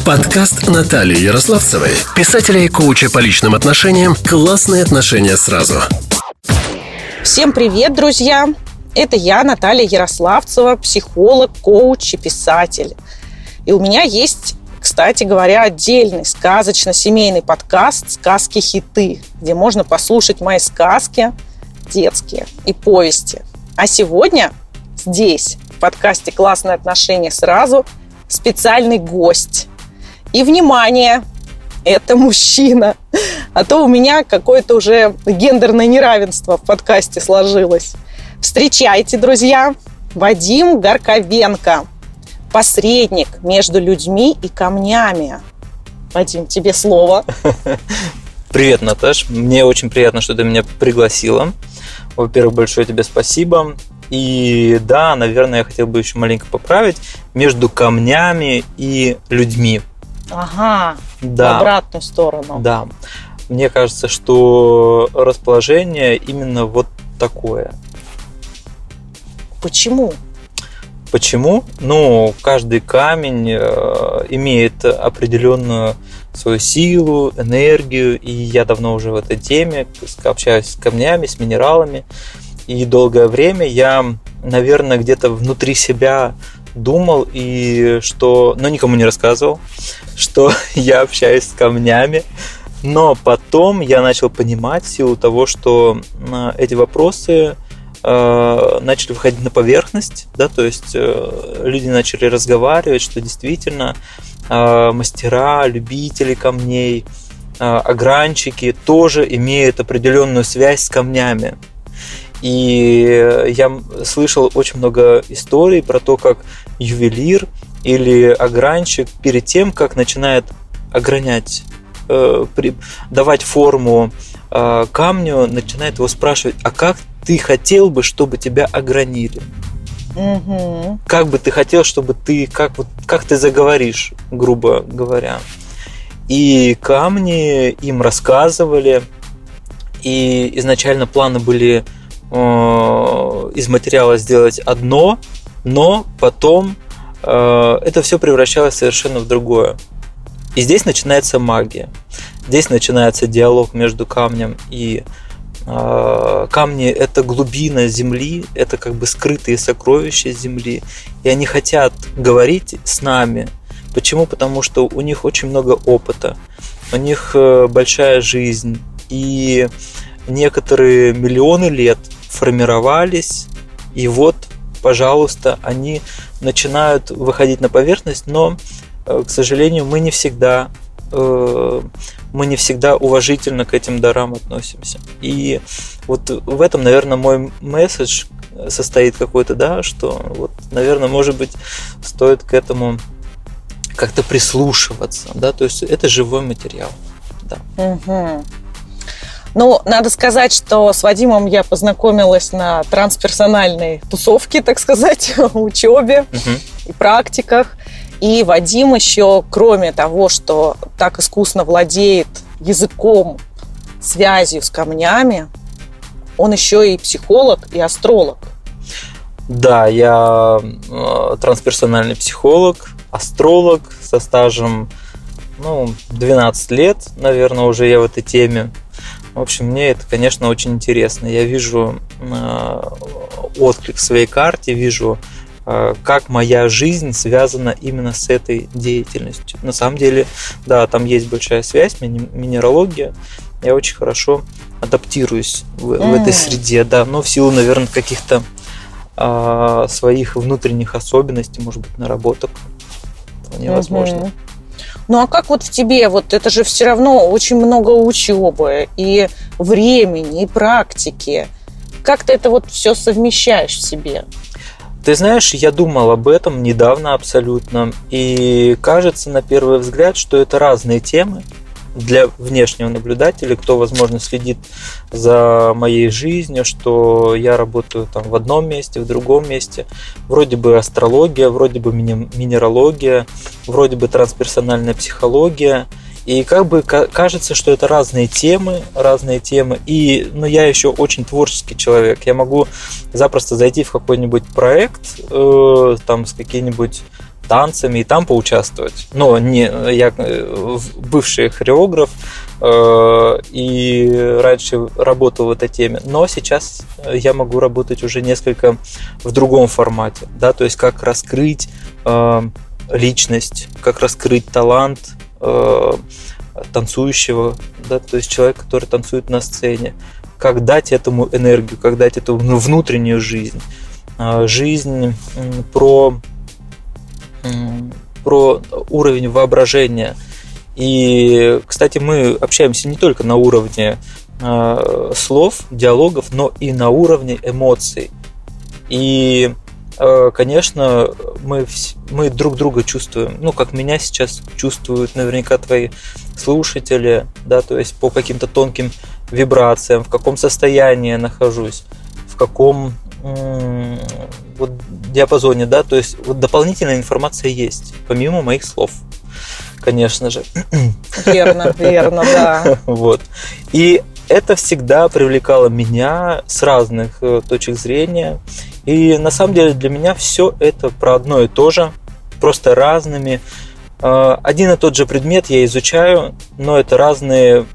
Подкаст Натальи Ярославцевой, писателя и коуча по личным отношениям «Классные отношения сразу». Всем привет, друзья! Это я, Наталья Ярославцева, психолог, коуч и писатель. И у меня есть, кстати говоря, отдельный сказочно-семейный подкаст «Сказки-хиты», где можно послушать мои сказки детские и повести. А сегодня здесь, в подкасте «Классные отношения сразу», специальный гость. И, внимание, это мужчина. А то у меня какое-то уже гендерное неравенство в подкасте сложилось. Встречайте, друзья, Вадим Горковенко, посредник между людьми и камнями. Вадим, тебе слово. Привет, Наташ. Мне очень приятно, что ты меня пригласила. Во-первых, большое тебе спасибо. И да, наверное, я хотел бы еще маленько поправить между камнями и людьми. Ага, да. В обратную сторону. Да. Мне кажется, что расположение именно вот такое. Почему? Почему? Каждый камень имеет определенную свою силу, энергию, и я давно уже в этой теме, общаюсь с камнями, с минералами, и долгое время я, наверное, где-то внутри себя думал, и что, но никому не рассказывал, что я общаюсь с камнями, но потом я начал понимать в силу того, что эти вопросы начали выходить на поверхность, да, то есть люди начали разговаривать, что действительно мастера, любители камней, огранчики тоже имеют определенную связь с камнями. И я слышал очень много историй про то, как ювелир или огранчик перед тем, как начинает огранять, давать форму камню, начинает его спрашивать: а как ты хотел бы, чтобы тебя огранили? Угу. Как бы ты хотел, чтобы ты, как ты заговоришь, грубо говоря. И камни им рассказывали, и изначально планы были из материала сделать одно, но потом это все превращалось совершенно в другое. И здесь начинается магия. Здесь начинается диалог между камнем и камни – это глубина земли, это как бы скрытые сокровища земли, и они хотят говорить с нами. Почему? Потому что у них очень много опыта, у них большая жизнь, и некоторые миллионы лет формировались, и вот, пожалуйста, они начинают выходить на поверхность, но, к сожалению, мы не всегда уважительно к этим дарам относимся. И вот в этом, наверное, мой месседж состоит какой-то, да, что вот, наверное, может быть, стоит к этому как-то прислушиваться, да, то есть это живой материал, да. Угу. Надо сказать, что с Вадимом я познакомилась на трансперсональной тусовке, так сказать, учебе и практиках. И Вадим еще, кроме того, что так искусно владеет языком, связью с камнями, он еще и психолог, и астролог. Да, я трансперсональный психолог, астролог со стажем 12 лет, наверное, уже я в этой теме. В общем, мне это, конечно, очень интересно. Я вижу отклик в своей карте, вижу, как моя жизнь связана именно с этой деятельностью. На самом деле, да, там есть большая связь, минералогия. Я очень хорошо адаптируюсь в этой среде, да, но в силу, наверное, каких-то своих внутренних особенностей, может быть, наработок, вполне возможно. А как вот в тебе, вот это же все равно очень много учебы и времени, и практики. Как ты это вот все совмещаешь в себе? Ты знаешь, я думал об этом недавно абсолютно, и кажется на первый взгляд, что это разные темы для внешнего наблюдателя, кто, возможно, следит за моей жизнью, что я работаю там в одном месте, в другом месте. Вроде бы астрология, вроде бы минералогия, вроде бы трансперсональная психология. И как бы кажется, что это разные темы. И, я еще очень творческий человек. Я могу запросто зайти в какой-нибудь проект, там с каким-нибудь танцами и там поучаствовать. Но я бывший хореограф и раньше работал в этой теме, но сейчас я могу работать уже несколько в другом формате, да, то есть как раскрыть личность, как раскрыть талант танцующего, да, то есть человек, который танцует на сцене, как дать этому энергию, как дать эту внутреннюю жизнь. Жизнь про уровень воображения. И, кстати, мы общаемся не только на уровне слов, диалогов, но и на уровне эмоций. И, конечно, мы друг друга чувствуем, ну, как меня сейчас чувствуют наверняка твои слушатели, да, то есть по каким-то тонким вибрациям, в каком состоянии я нахожусь, в каком вот диапазоне, да, то есть вот дополнительная информация есть, помимо моих слов, конечно же. Верно, да. Вот. И это всегда привлекало меня с разных точек зрения. И на самом деле для меня все это про одно и то же, просто разными. Один и тот же предмет я изучаю, но это разные,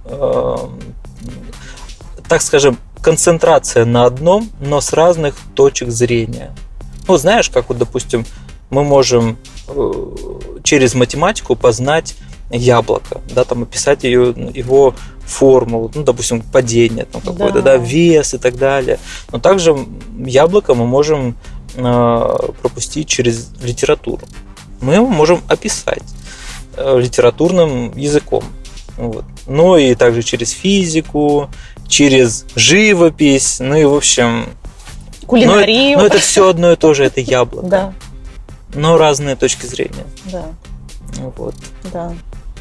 так скажем, концентрация на одном, но с разных точек зрения. Ну, знаешь, как вот, допустим, мы можем через математику познать яблоко, да, там описать его формулу, ну, допустим, падение там какое-то, да, вес и так далее. Но также яблоко мы можем пропустить через литературу. Мы его можем описать литературным языком. Вот. Ну и также через физику, через живопись, ну и в общем... Кулинарию. Но это все одно и то же, это яблоко. Да. Но разные точки зрения. Да. Вот. Да.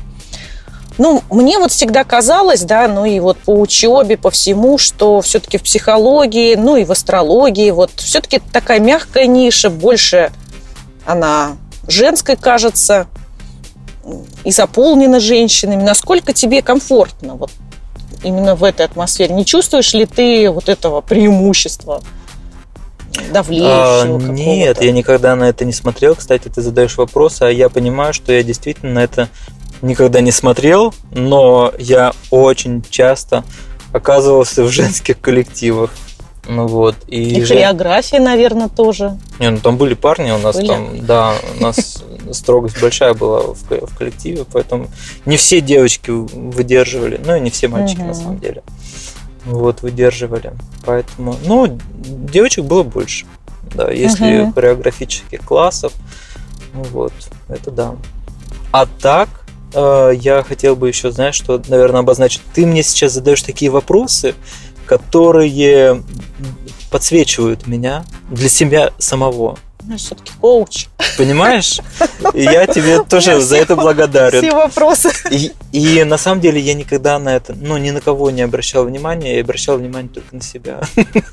Ну, мне вот всегда казалось, да, ну и вот по учебе, по всему, что все-таки в психологии, ну и в астрологии, вот все-таки такая мягкая ниша, больше она женской, кажется, и заполнена женщинами. Насколько тебе комфортно вот именно в этой атмосфере? Не чувствуешь ли ты вот этого преимущества, давлеющего какого-то? Нет, я никогда на это не смотрел. Кстати, ты задаешь вопрос, а я понимаю, что я действительно на это никогда не смотрел, но я очень часто оказывался в женских коллективах. Ну вот. И хореография, наверное, тоже. Не, ну там были парни у нас, были? Там, да, у нас строгость большая была в коллективе, поэтому не все девочки выдерживали, ну и не все мальчики на самом деле. Вот, выдерживали. Поэтому, ну, девочек было больше. Да, если хореографических классов, вот, это да. А так, я хотел бы еще, знаешь, что, наверное, обозначить. Ты мне сейчас задаешь такие вопросы, которые подсвечивают меня для себя самого. Ну, все-таки коуч. Понимаешь? И я тебе тоже за это благодарен. Все вопросы. И на самом деле я никогда на это, ну, ни на кого не обращал внимания, я обращал внимание только на себя.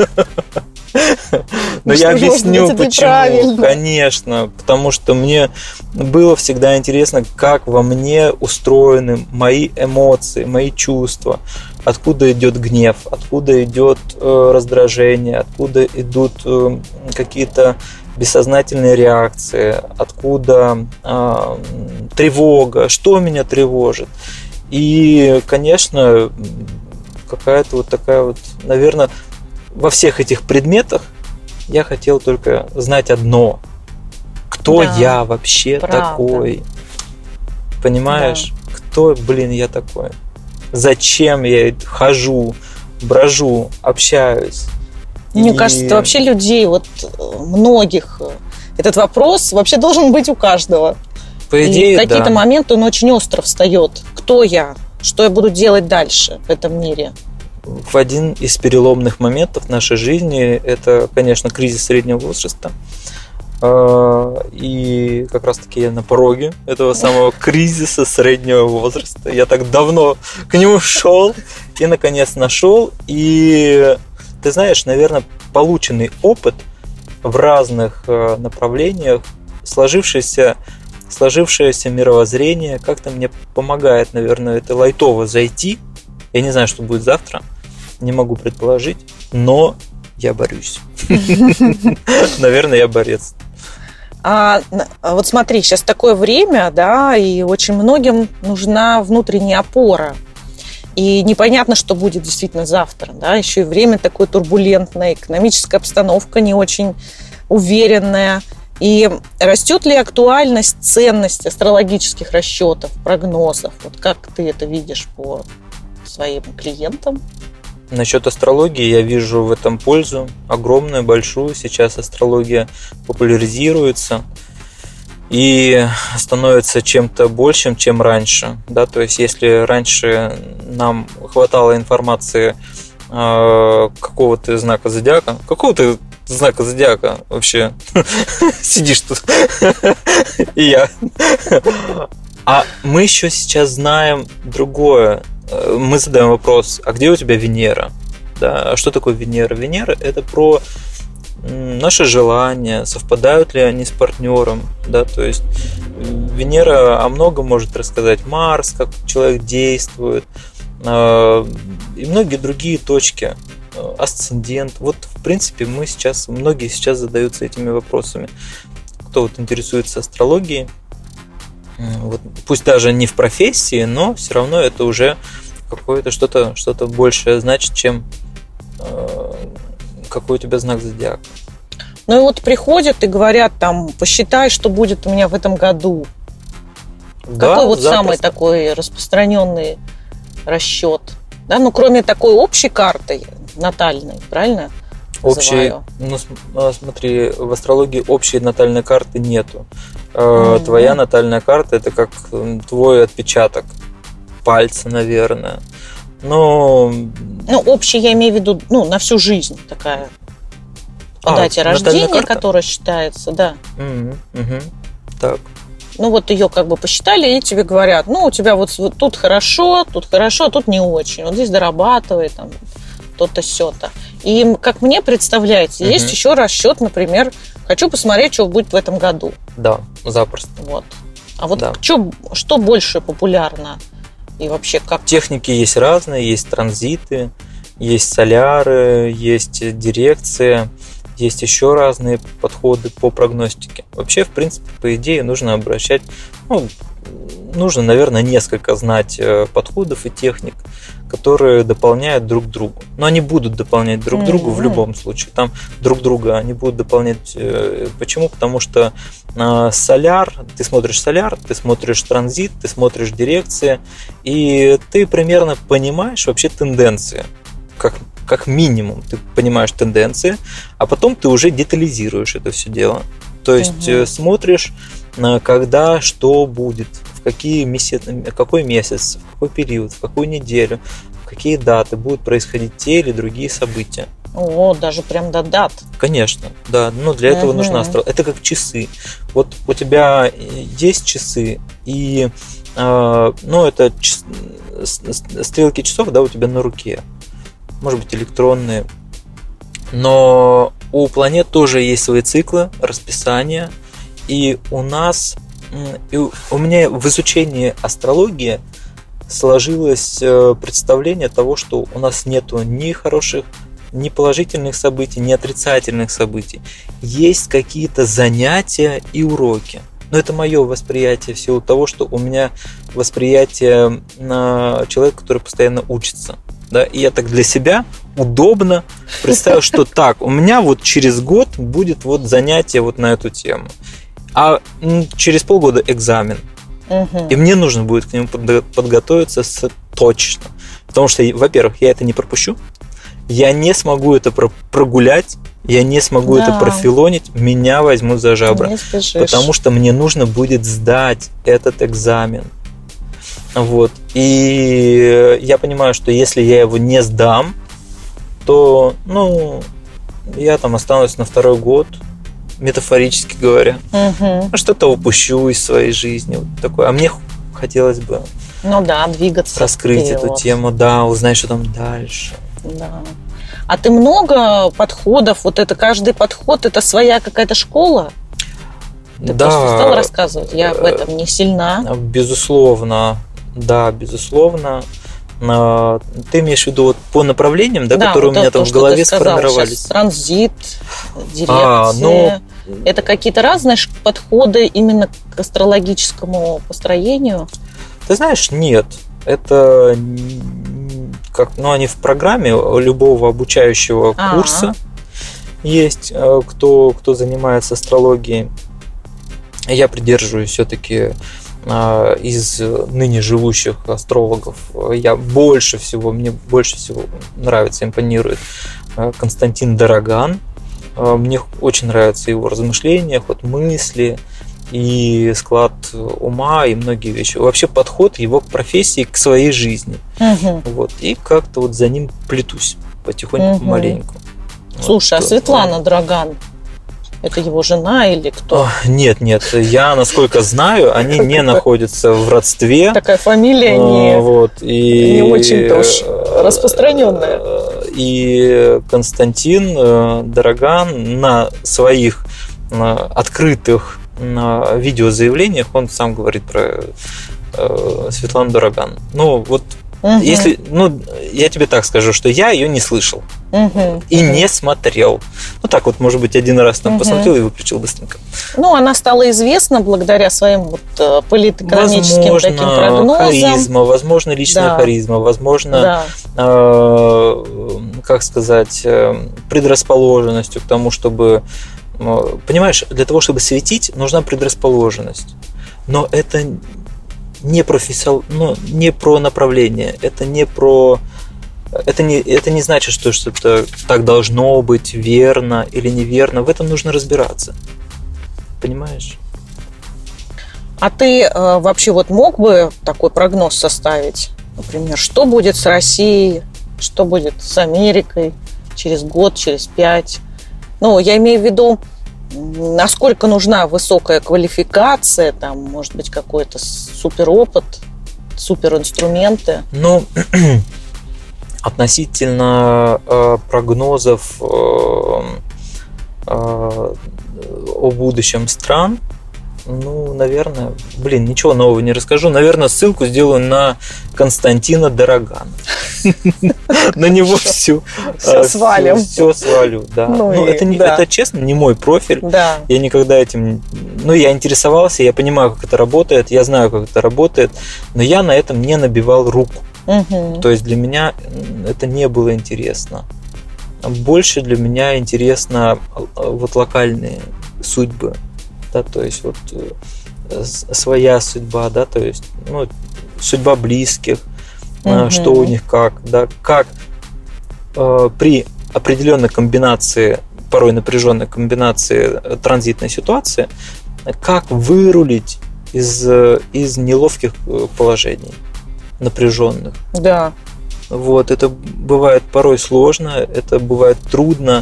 Но я объясню, почему. Конечно, потому что мне было всегда интересно, как во мне устроены мои эмоции, мои чувства, откуда идет гнев, откуда идет раздражение, откуда идут какие-то бессознательные реакции, откуда тревога, что меня тревожит. И, конечно, какая-то вот такая вот, наверное, во всех этих предметах я хотел только знать одно. Кто я вообще такой? Понимаешь? Да. Кто, я такой? Зачем я хожу, брожу, общаюсь? Мне кажется, вообще людей, вот многих, этот вопрос вообще должен быть у каждого. По идее, и в какие-то моменты он очень остро встает. Кто я? Что я буду делать дальше в этом мире? В один из переломных моментов нашей жизни это, конечно, кризис среднего возраста. И как раз-таки я на пороге этого самого кризиса среднего возраста. Я так давно к нему шел и, наконец, нашел. И ты знаешь, наверное, полученный опыт в разных направлениях, сложившееся мировоззрение как-то мне помогает, наверное, это лайтово зайти. Я не знаю, что будет завтра, не могу предположить, но я борюсь. Наверное, я борец. Вот смотри, сейчас такое время, да, и очень многим нужна внутренняя опора. И непонятно, что будет действительно завтра, да, еще и время такое турбулентное, экономическая обстановка не очень уверенная. И растет ли актуальность, ценность астрологических расчетов, прогнозов? Вот как ты это видишь по своим клиентам? Насчет астрологии я вижу в этом пользу огромную, большую. Сейчас астрология популяризируется и становится чем-то большим, чем раньше. Да? То есть, если раньше нам хватало информации какого-то знака зодиака, вообще сидишь тут, и я. А мы еще сейчас знаем другое. Мы задаем вопрос, а где у тебя Венера? Да? А что такое Венера? Венера – это про наши желания, совпадают ли они с партнером, да, то есть Венера о многом может рассказать, Марс, как человек действует, и многие другие точки, асцендент. Вот, в принципе, многие сейчас задаются этими вопросами. Кто вот интересуется астрологией, вот, пусть даже не в профессии, но все равно это уже какое-то что-то большее значит, чем какой у тебя знак зодиака. Ну и вот приходят и говорят, там, посчитай, что будет у меня в этом году. Да, какой вот запросто. самый такой распространенный расчет? Да, ну кроме такой общей карты натальной, правильно? Общей, смотри, в астрологии общей натальной карты нету. Твоя натальная карта – это как твой отпечаток пальца, наверное. Но... Ну, общий я имею в виду, на всю жизнь такая. По дате рождения, которая считается, да. Так. Ну, вот ее как бы посчитали, и тебе говорят, у тебя вот тут хорошо, а тут не очень. Вот здесь дорабатывай, там, то-то, сё-то. И, как мне представляется, есть еще расчет, например, хочу посмотреть, что будет в этом году. Да, запросто. Вот. А вот что больше популярно? И вообще как? Техники есть разные, есть транзиты, есть соляры, есть дирекция, есть еще разные подходы по прогностике. Вообще, в принципе, по идее, нужно наверное, несколько знать подходов и техник, которые дополняют друг друга. Но они будут дополнять друг друга в любом случае. Там друг друга они будут дополнять. Почему? Потому что ты смотришь транзит, ты смотришь дирекции, и ты примерно понимаешь вообще тенденции. Как минимум ты понимаешь тенденции, а потом ты уже детализируешь это все дело. То есть смотришь, когда что будет, какой месяц, в какой период, в какую неделю, в какие даты будут происходить те или другие события. О, даже прям до дат. Конечно, да. Но для этого нужна астрология. Это как часы. Вот у тебя есть часы, и это стрелки часов, да, у тебя на руке. Может быть, электронные. Но у планет тоже есть свои циклы, расписания. И у меня в изучении астрологии сложилось представление того, что у нас нету ни хороших, ни положительных событий, ни отрицательных событий. Есть какие-то занятия и уроки. Но это мое восприятие в силу того, что у меня восприятие человека, который постоянно учится. Да, и я так для себя удобно представил, что так, у меня вот через год будет вот занятие вот на эту тему, а через полгода экзамен. И мне нужно будет к нему подготовиться точно. Потому что, во-первых, я это не пропущу, я не смогу это прогулять, я не смогу это профилонить, меня возьмут за жабры. Потому что мне нужно будет сдать этот экзамен. Вот. И я понимаю, что если я его не сдам, то, я там останусь на второй год, метафорически говоря. Что-то упущу из своей жизни. Вот такое. А мне хотелось бы двигаться. Раскрыть эту тему, узнать, что там дальше. Да. А ты много подходов, вот это каждый подход, это своя какая-то школа? Ты просто стал рассказывать, я в этом не сильна. Безусловно. Да, безусловно. Ты имеешь в виду вот по направлениям, которые у меня там в голове сформировались? Транзит, дирекция. Это какие-то разные подходы именно к астрологическому построению? Ты знаешь, нет. Это они в программе любого обучающего курса есть, кто занимается астрологией. Я придерживаюсь все-таки из ныне живущих астрологов. Мне больше всего нравится, импонирует Константин Дороган. Мне очень нравятся его размышления, ход мысли и склад ума, и многие вещи. Вообще подход его к профессии, к своей жизни. Вот. И как-то вот за ним плетусь потихоньку, маленьку. Слушай, а Светлана Дороган, это его жена или кто? Нет, я, насколько знаю, они не находятся в родстве. Такая фамилия не очень-то уж распространенная. И Константин Дороган на своих открытых видеозаявлениях, он сам говорит про Светлану Дороган. Если, я тебе так скажу, что я ее не слышал и не смотрел. Так вот, может быть, один раз там посмотрел и выключил быстренько. Она стала известна благодаря своим политэкономическим таким прогнозам. Харизма, возможно, личная харизма, возможно, предрасположенностью к тому, чтобы... Понимаешь, для того, чтобы светить, нужна предрасположенность. Но это не про направление, это не значит, что что-то так должно быть, верно или неверно. В этом нужно разбираться. Понимаешь? А ты вообще мог бы такой прогноз составить? Например, что будет с Россией, что будет с Америкой через год, через 5? Я имею в виду, насколько нужна высокая квалификация, там, может быть, какой-то суперопыт, суперинструменты? Относительно прогнозов о будущем стран, наверное, ничего нового не расскажу. Наверное, ссылку сделаю на Константина Дорогана. На него все свалим. Все свалю, да. Это, честно, не мой профиль. Да. Я никогда этим... я интересовался, я понимаю, как это работает, я знаю, как это работает, но я на этом не набивал руку. То есть для меня это не было интересно. Больше для меня интересно локальные судьбы. Да, то есть своя судьба, да, то есть судьба близких, что у них как при определенной комбинации, порой напряженной комбинации транзитной ситуации, как вырулить из неловких положений, напряженных. Да. Это бывает порой сложно, это бывает трудно,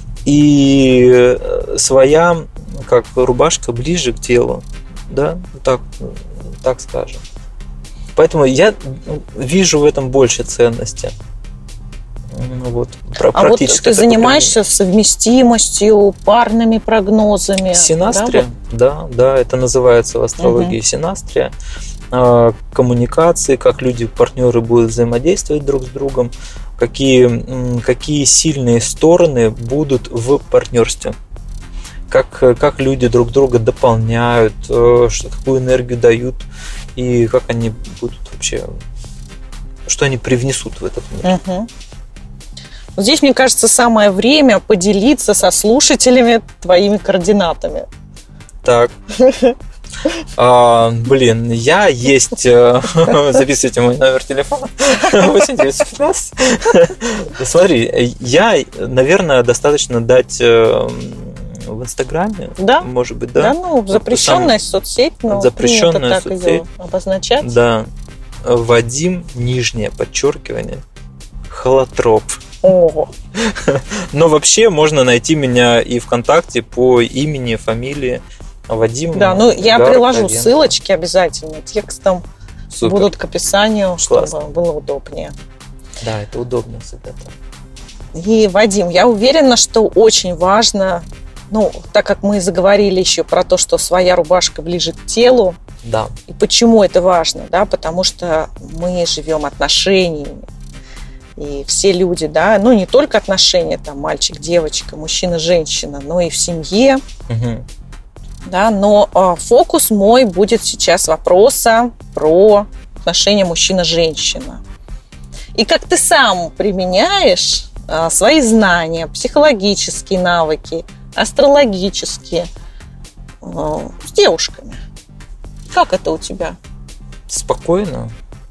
и своя как рубашка ближе к телу, да, так скажем. Поэтому я вижу в этом больше ценности. Ты занимаешься совместимостью, парными прогнозами? Синастрия, да, это называется в астрологии синастрия. Коммуникации, как люди-партнеры будут взаимодействовать друг с другом, какие сильные стороны будут в партнерстве. Как люди друг друга дополняют, какую энергию дают, и как они будут вообще, что они привнесут в этот мир. Здесь, мне кажется, самое время поделиться со слушателями твоими координатами. Так. Я есть... Записывайте мой номер телефона. 8915. Смотри, я, наверное, достаточно дать... В Инстаграме, да? Может быть, да? Да, запрещенная соцсеть, но запрещенная принято так ее обозначать. Да. Вадим, нижнее подчеркивание, Холотроп. Ого. Но вообще можно найти меня и ВКонтакте по имени, фамилии Вадим. Да, я приложу ссылочки обязательно текстом. Супер. Будут к описанию, классно, чтобы было удобнее. Да, это удобно всегда. И, Вадим, я уверена, что очень важно, так как мы заговорили еще про то, что своя рубашка ближе к телу, да. И почему это важно, да, потому что мы живем отношениями. и все люди, да, ну, не только отношения, там, мальчик-девочка, мужчина-женщина, но и в семье, да, но фокус мой будет сейчас вопроса про отношения мужчина-женщина. И как ты сам применяешь свои знания, психологические навыки, астрологические с девушками. Как это у тебя? Спокойно.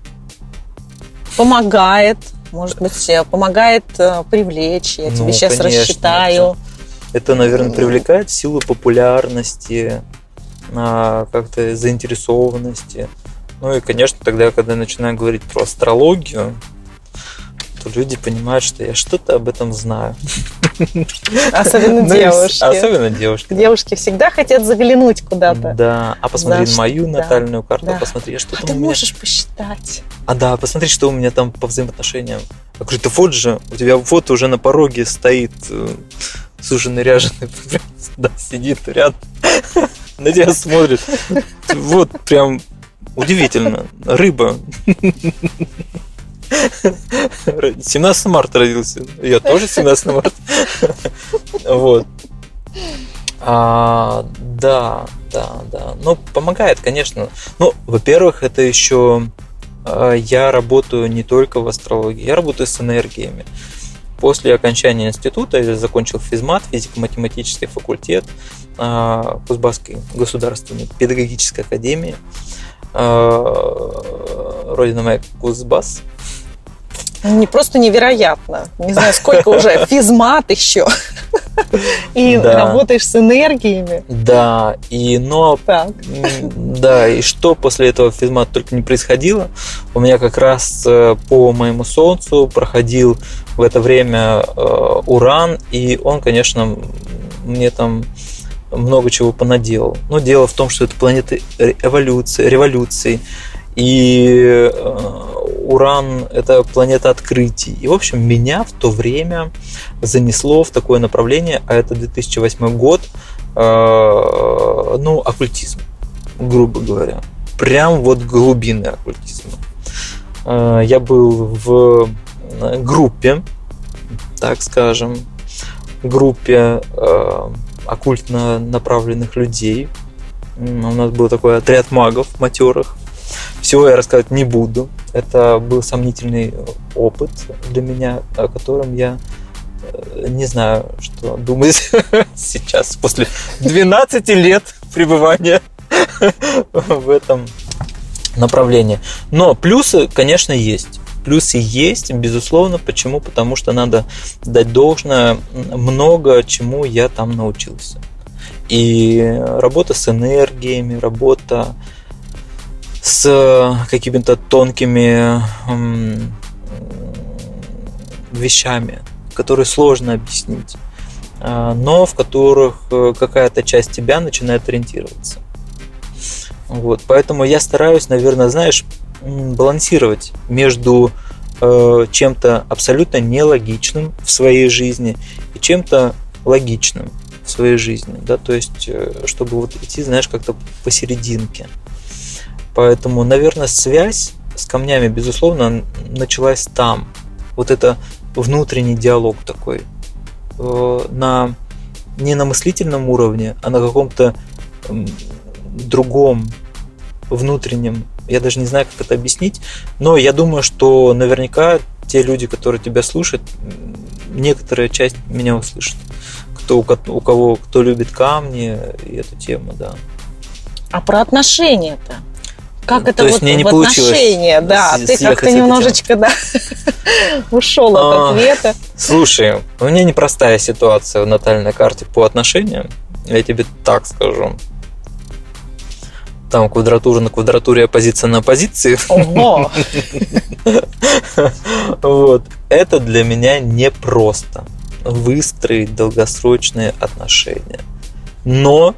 Помогает, может быть, помогает привлечь. Я тебе сейчас конечно, рассчитаю. Это, наверное, привлекает в силу популярности, как-то заинтересованности. Ну и, конечно, тогда, когда я начинаю говорить про астрологию, то люди понимают, что я что-то об этом знаю. Особенно девушки. Особенно девушки. Девушки всегда хотят заглянуть куда-то. Да, а посмотри мою натальную карту, посмотри, что там у меня. А ты можешь посчитать. Да, посмотри, что у меня там по взаимоотношениям. Я говорю, ты вот же, у тебя вот уже на пороге стоит суженый ряженый, да, сидит рядом, на тебя смотрит. Вот прям удивительно. Рыба. 17 марта родился. Я тоже 17 марта. Вот. Да. Ну, помогает, конечно. Ну, во-первых, это еще я работаю не только в астрологии, я работаю с энергиями. После окончания института я закончил физмат, физико-математический факультет Кузбасской государственной педагогической академии. Родина моя Кузбасс. Не просто невероятно. Не знаю, сколько уже. Физмат еще. И работаешь с энергиями. Да, и что после этого физмата только не происходило. У меня как раз по моему солнцу проходил в это время Уран, и он, конечно, мне там много чего понаделал. Но дело в том, что это планета революции, и Уран – это планета открытий. И, в общем, меня в то время занесло в такое направление, а это 2008 год, оккультизм, грубо говоря. Прям вот глубины оккультизма. Я был в группе, так скажем, оккультно направленных людей. У нас был такой отряд магов матерых. Всего я рассказывать не буду. Это был сомнительный опыт для меня, о котором я не знаю, что думать сейчас, после 12 лет пребывания в этом направлении. Но плюсы, конечно, есть. Плюсы есть, безусловно. Почему? Потому что надо дать должное, много чему я там научился. И работа с энергиями, работа с какими-то тонкими вещами, которые сложно объяснить, но в которых какая-то часть тебя начинает ориентироваться. Вот. Поэтому я стараюсь, наверное, балансировать между чем-то абсолютно нелогичным в своей жизни и чем-то логичным в своей жизни. Да? То есть, чтобы вот идти, как-то посерединке. Поэтому, наверное, связь с камнями, безусловно, началась там. Вот это внутренний диалог такой. Не на мыслительном уровне, а на каком-то другом внутреннем. Я даже не знаю, как это объяснить, но я думаю, что наверняка те люди, которые тебя слушают, некоторая часть меня услышит. Кто любит камни и эту тему, да. А про отношения-то? Как это то есть вот мне не в отношения? Да, ты как-то немножечко ушел от ответа. Слушай, у меня непростая ситуация в натальной карте по отношениям. Я тебе так скажу. Там квадратура на квадратуре, оппозиция на оппозиции. Ого! Вот. Это для меня непросто выстроить долгосрочные отношения. Но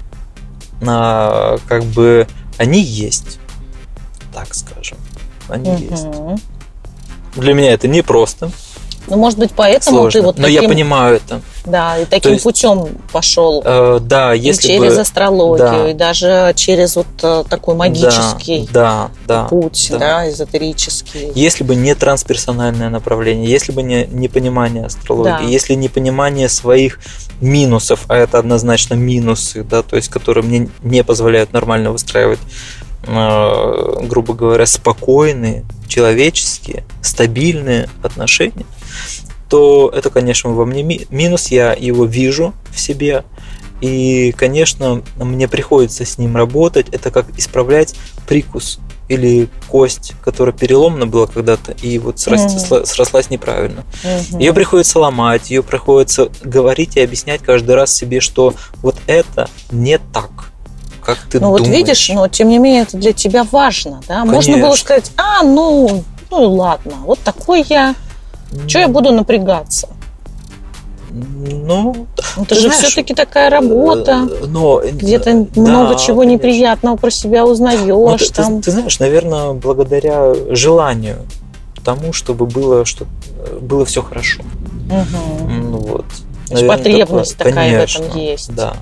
они есть. Так скажем. Они есть. Для меня это непросто. Ну, может быть, поэтому сложно. ты вот но я понимаю это. Да, и таким путем пошел. Да, если и через бы, астрологию, да. и даже через вот такой магический путь, да, эзотерический. Если бы не трансперсональное направление, если бы не понимание астрологии, если не понимание своих минусов, а это однозначно минусы, да, то есть которые мне не позволяют нормально выстраивать, грубо говоря, спокойные, человеческие, стабильные отношения, то это, конечно, во мне минус, я его вижу в себе, и, конечно, мне приходится с ним работать. Это как исправлять прикус или кость, которая переломана была когда-то и вот срослась неправильно. Ее приходится ломать, ее приходится говорить и объяснять каждый раз себе, что вот это не так, как ты думаешь. Вот видишь, но тем не менее это для тебя важно, да? Конечно. Можно было сказать, ну ладно, вот такой я. Что я буду напрягаться? Это же все-таки такая работа. Где-то много чего неприятного про себя узнаешь. Ты знаешь, наверное, благодаря желанию тому, чтобы было все хорошо. Вот. Наверное, потребность такая в этом есть. Да.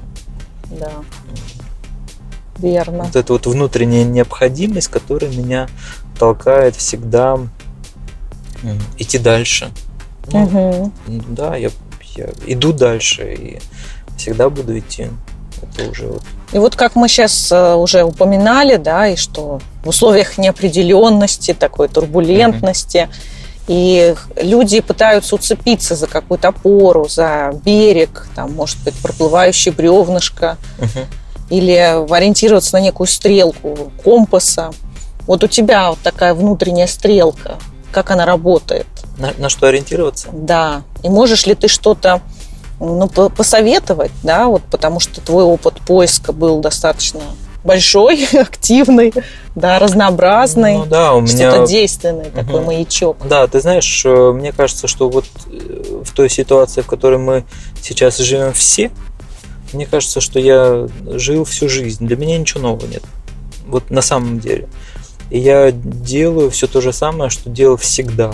Верно. Вот эта вот внутренняя необходимость, которая меня толкает всегда идти дальше. Да, я иду дальше и всегда буду идти. Это уже вот. И вот как мы сейчас уже упоминали, да, и что в условиях неопределенности, такой турбулентности, и люди пытаются уцепиться за какую-то опору, за берег, там, может быть, проплывающее бревнышко, или ориентироваться на некую стрелку компаса. Вот у тебя вот такая внутренняя стрелка. Как она работает? На что ориентироваться? Да. И можешь ли ты что-то посоветовать, да, вот потому что твой опыт поиска был достаточно большой, активный, да, разнообразный, у меня что-то действенный, такой маячок. Да, ты знаешь, мне кажется, что вот в той ситуации, в которой мы сейчас живем все, мне кажется, что я жил всю жизнь. Для меня ничего нового нет. Вот на самом деле. И я делаю все то же самое, что делал всегда.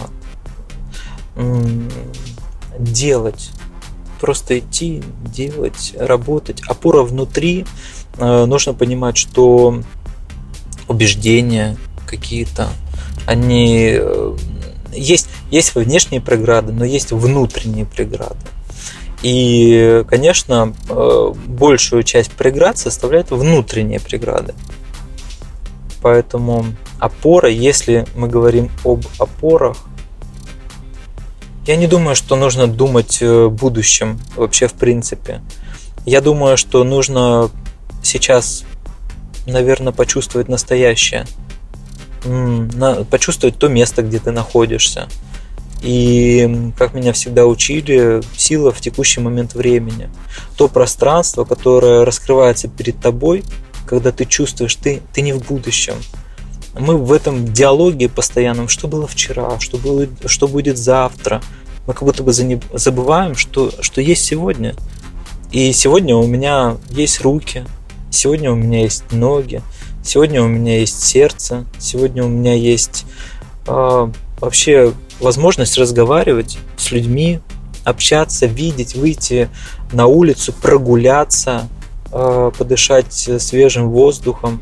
Делать. Просто идти, делать, работать. Опора внутри. Нужно понимать, что убеждения какие-то, они... Есть внешние преграды, но есть внутренние преграды. И, конечно, большую часть преград составляют внутренние преграды. Поэтому опора, если мы говорим об опорах, я не думаю, что нужно думать о будущем вообще в принципе. Я думаю, что нужно сейчас, наверное, почувствовать настоящее. Почувствовать то место, где ты находишься. И, как меня всегда учили, сила в текущий момент времени. То пространство, которое раскрывается перед тобой, когда ты чувствуешь, ты не в будущем. Мы в этом диалоге постоянном, что было вчера, что будет завтра. Мы как будто бы забываем, что есть сегодня. И сегодня у меня есть руки, сегодня у меня есть ноги, сегодня у меня есть сердце, сегодня у меня есть вообще возможность разговаривать с людьми, общаться, видеть, выйти на улицу, прогуляться, подышать свежим воздухом.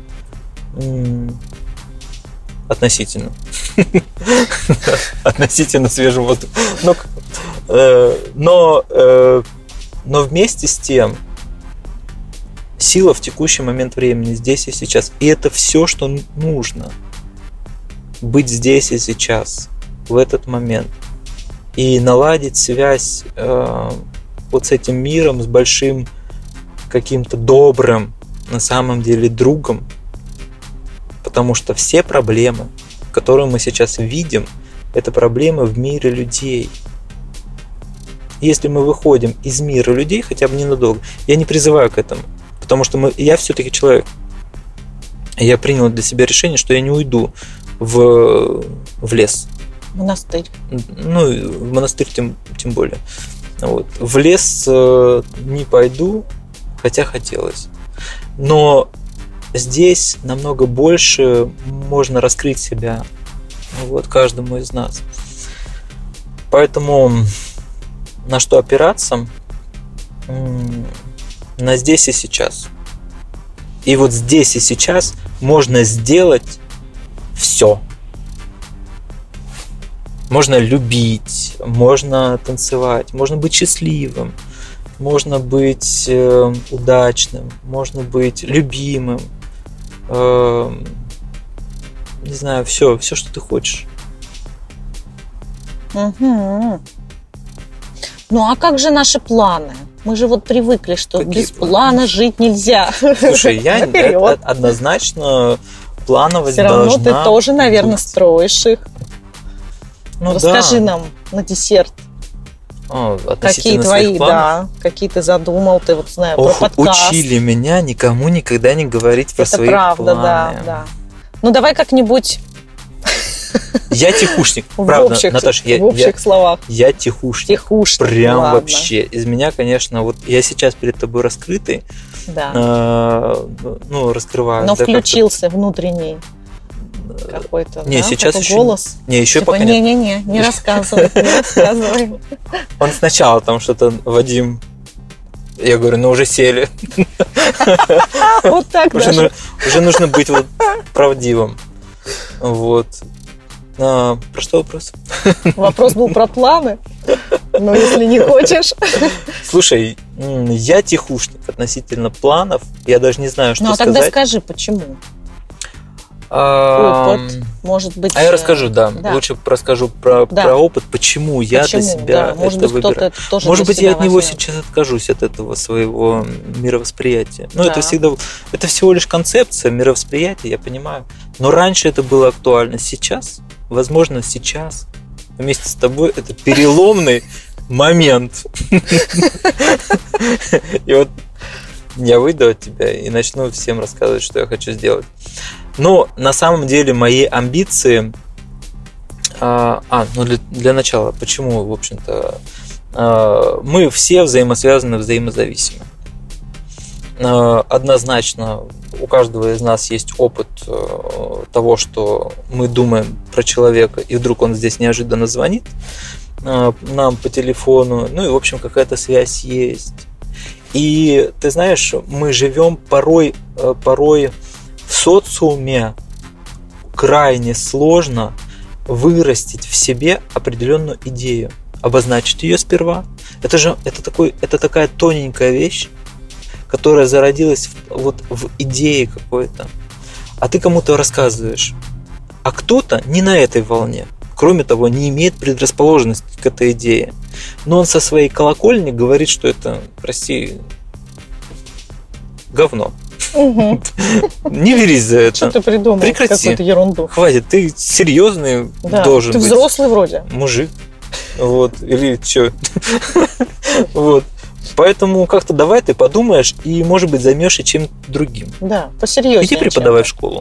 Относительно свежим воздухом. Но вместе с тем сила в текущий момент времени, здесь и сейчас. И это все, что нужно. Быть здесь и сейчас, в этот момент. И наладить связь вот с этим миром, с большим каким-то добрым, на самом деле, другом. Потому что все проблемы, которые мы сейчас видим, это проблемы в мире людей. Если мы выходим из мира людей, хотя бы ненадолго, я не призываю к этому. Потому что я все-таки человек. Я принял для себя решение, что я не уйду в лес. Монастырь. В монастырь тем более. Вот. В лес не пойду, хотя хотелось. Но здесь намного больше можно раскрыть себя каждому из нас. Поэтому на что опираться? на здесь и сейчас. И вот здесь и сейчас можно сделать все. Можно любить, можно танцевать, можно быть счастливым, можно быть удачным, можно быть любимым. Не знаю, все, что ты хочешь. Угу. Ну а как же наши планы? Мы же вот привыкли, что Какие без плана жить нельзя. Слушай, я однозначно плановость все равно должна ты тоже, наверное, быть. строишь их. Ну, Расскажи да. нам на десерт, какие Относительно твои, своих планов. да, какие ты задумал, ты вот знаю, Ох, про подкаст. учили меня никому никогда не говорить про Это свои правда, планы. да. Ну давай как-нибудь Я тихушник, в правда, общих, Наташа, в общих словах. я тихушник. Тихушник. Прям ладно. вообще. Из меня, конечно, вот я сейчас перед тобой раскрытый, Да. раскрываю. Но да, включился внутренний как-то. какой-то, Не, да, сейчас такой еще голос. Не, еще Типа, пока нет. не рассказывай, не рассказывай. Он сначала там что-то, Вадим, я говорю, ну уже сели. Вот так даже. Уже нужно быть вот правдивым. Вот. Про что вопрос? Вопрос был про планы. Но если не хочешь. Слушай, я тихушник относительно планов. Я даже не знаю, что Ну, а сказать. тогда скажи, почему? Опыт, может быть... А я расскажу, да. да. Лучше расскажу про опыт, почему я для себя да. Может это быть, выбираю. кто-то это тоже Может для быть, я себя от него возьмет. сейчас откажусь, от этого своего мировосприятия. Но Да. это всего лишь концепция мировосприятия, я понимаю. Но раньше это было актуально. Сейчас, возможно, сейчас вместе с тобой это переломный момент. И вот я выйду от тебя и начну всем рассказывать, что я хочу сделать. Но на самом деле мои амбиции... для начала, почему, в общем-то, мы все взаимосвязаны, взаимозависимы. Однозначно у каждого из нас есть опыт того, что мы думаем про человека, и вдруг он здесь неожиданно звонит нам по телефону, ну и, в общем, какая-то связь есть. И, ты знаешь, мы живем порой в социуме, крайне сложно вырастить в себе определенную идею, обозначить ее сперва. Это такая тоненькая вещь, которая зародилась в идее какой-то. А ты кому-то рассказываешь. А кто-то не на этой волне. Кроме того, не имеет предрасположенности к этой идее. Но он со своей колокольни говорит, что это, прости, говно. Угу. Не берись за это. Что ты придумал? Прекрати. Какую-то ерунду. Хватит, ты серьезный Да. должен Ты быть. взрослый вроде. Мужик. Вот. Или что? Вот. Поэтому как-то давай ты подумаешь и, может быть, займешься чем-то другим. Да, посерьезнее. Иди преподавай в школу.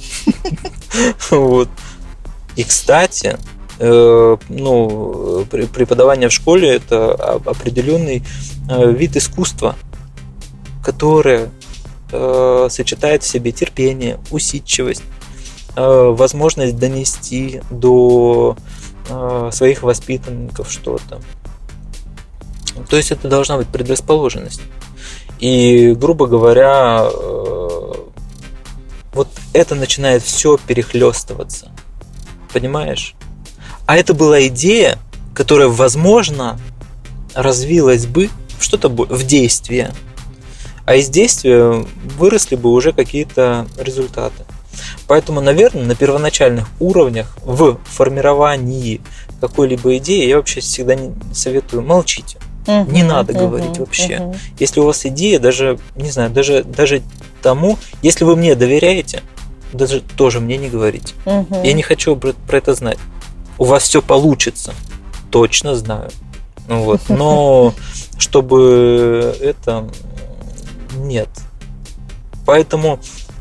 Вот. И, кстати, преподавание в школе – это определенный вид искусства, которое сочетает в себе терпение, усидчивость, возможность донести до своих воспитанников что-то. То есть это должна быть предрасположенность. И, грубо говоря, вот это начинает все перехлестываться. Понимаешь? А это была идея, которая, возможно, развилась бы в что-то в действие. А из действия выросли бы уже какие-то результаты. Поэтому, наверное, на первоначальных уровнях в формировании какой-либо идеи я вообще всегда советую молчите. Не надо говорить вообще. Если у вас идея, даже, не знаю, даже тому, если вы мне доверяете, даже тоже мне не говорите. Я не хочу про это знать. У вас все получится. Точно знаю. Вот. Но чтобы это... Нет. Поэтому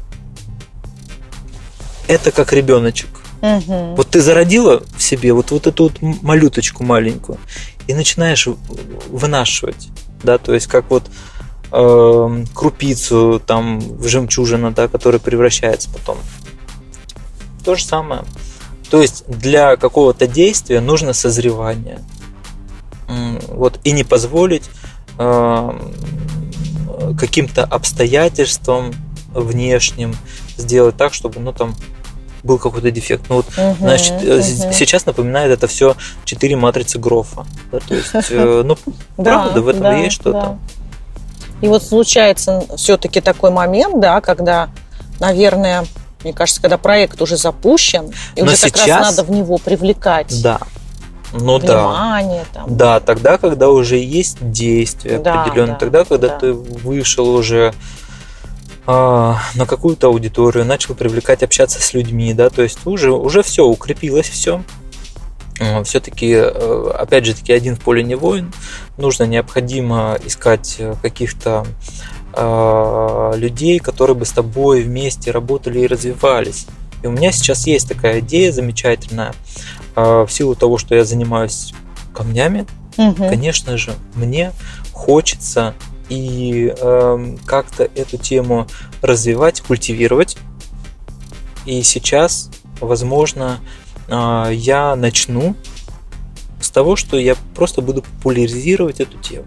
это как ребеночек. Вот ты зародила в себе вот эту вот малюточку маленькую и начинаешь вынашивать, да, то есть как вот крупицу там в жемчужину, да, которая превращается потом. То же самое. То есть для какого-то действия нужно созревание. Вот, и не позволить каким-то обстоятельствам внешним сделать так, чтобы, ну, там был какой-то дефект. Ну, вот, значит, сейчас напоминает это все 4 матрицы Грофа. Да, то есть, ну, правда, в этом есть что-то. Да. И вот случается все-таки такой момент, да, когда, наверное, мне кажется, когда проект уже запущен, и уже сейчас, как раз надо в него привлекать внимание. Там. Да, тогда, когда уже есть действие определенное, тогда, когда ты вышел уже на какую-то аудиторию, начал привлекать, общаться с людьми, да, то есть уже все, укрепилось все. Все-таки, опять же таки, один в поле не воин. Необходимо искать каких-то людей, которые бы с тобой вместе работали и развивались. И у меня сейчас есть такая идея замечательная. В силу того, что я занимаюсь камнями, конечно же, мне хочется и как-то эту тему развивать, культивировать. И сейчас, возможно, я начну с того, что я просто буду популяризировать эту тему.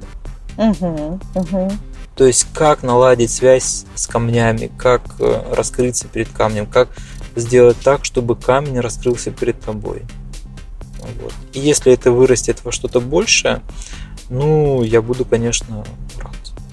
То есть, как наладить связь с камнями, как раскрыться перед камнем, как сделать так, чтобы камень раскрылся перед тобой. Вот. И если это вырастет во что-то большее, я буду, конечно, рад.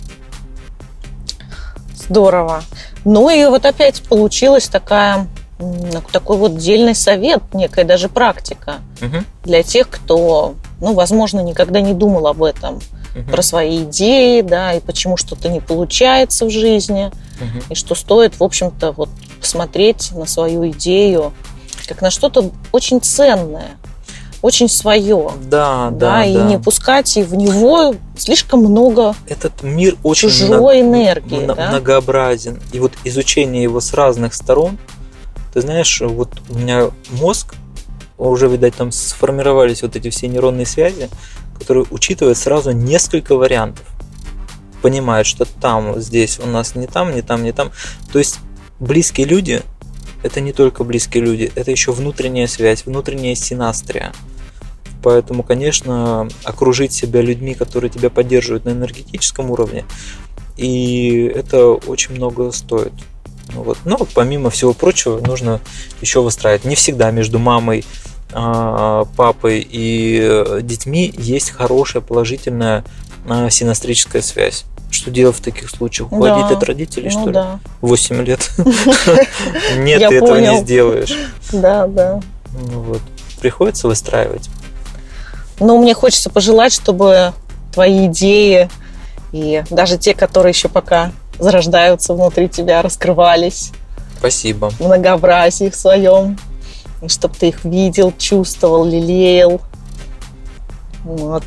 Здорово. Ну и вот опять получилась такой вот дельный совет, некая даже практика для тех, кто, возможно, никогда не думал об этом, про свои идеи, да, и почему что-то не получается в жизни, и что стоит, в общем-то, вот посмотреть на свою идею как на что-то очень ценное, очень свое. Да, и не пускать и в него слишком много этот мир очень чужой энергии. Многообразен. И вот изучение его с разных сторон, ты знаешь, вот у меня мозг, уже, видать, там сформировались вот эти все нейронные связи, которые учитывают сразу несколько вариантов. Понимают, что там, здесь у нас не там, не там, не там. То есть близкие люди – это не только близкие люди, это еще внутренняя связь, внутренняя синастрия. Поэтому, конечно, окружить себя людьми, которые тебя поддерживают на энергетическом уровне, и это очень много стоит. Но помимо всего прочего, нужно еще выстраивать. Не всегда между мамой, папой и детьми есть хорошая, положительная синастрическая связь. Что делать в таких случаях? Уходить от родителей, что ли? 8 лет? Нет, ты этого не сделаешь. Да. Приходится выстраивать. Мне хочется пожелать, чтобы твои идеи и даже те, которые еще пока зарождаются внутри тебя, раскрывались. Спасибо. В многообразии в своем. И чтобы ты их видел, чувствовал, лелеял. Вот.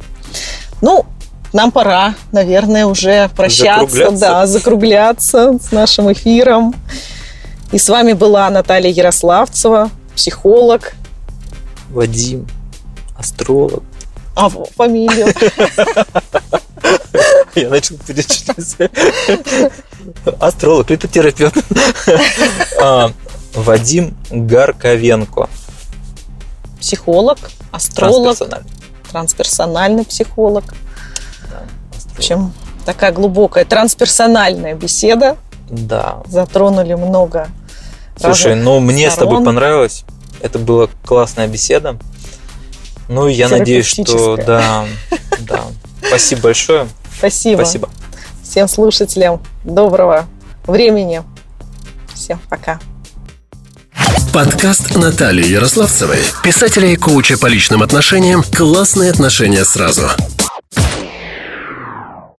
Нам пора, наверное, уже прощаться. Закругляться с нашим эфиром. И с вами была Наталья Ярославцева, психолог. Вадим, астролог. А фамилию? Я начал перечислять. Астролог, литотерапевт. Вадим Гарковенко. Психолог, астролог, трансперсональный психолог. В общем, такая глубокая трансперсональная беседа. Да. Затронули много. Слушай, мне с тобой понравилось. Это была классная беседа. И я надеюсь, что да. Спасибо большое. Спасибо. Всем слушателям доброго времени. Всем пока. Подкаст Натальи Ярославцевой, писателя и коуча по личным отношениям «Классные отношения сразу».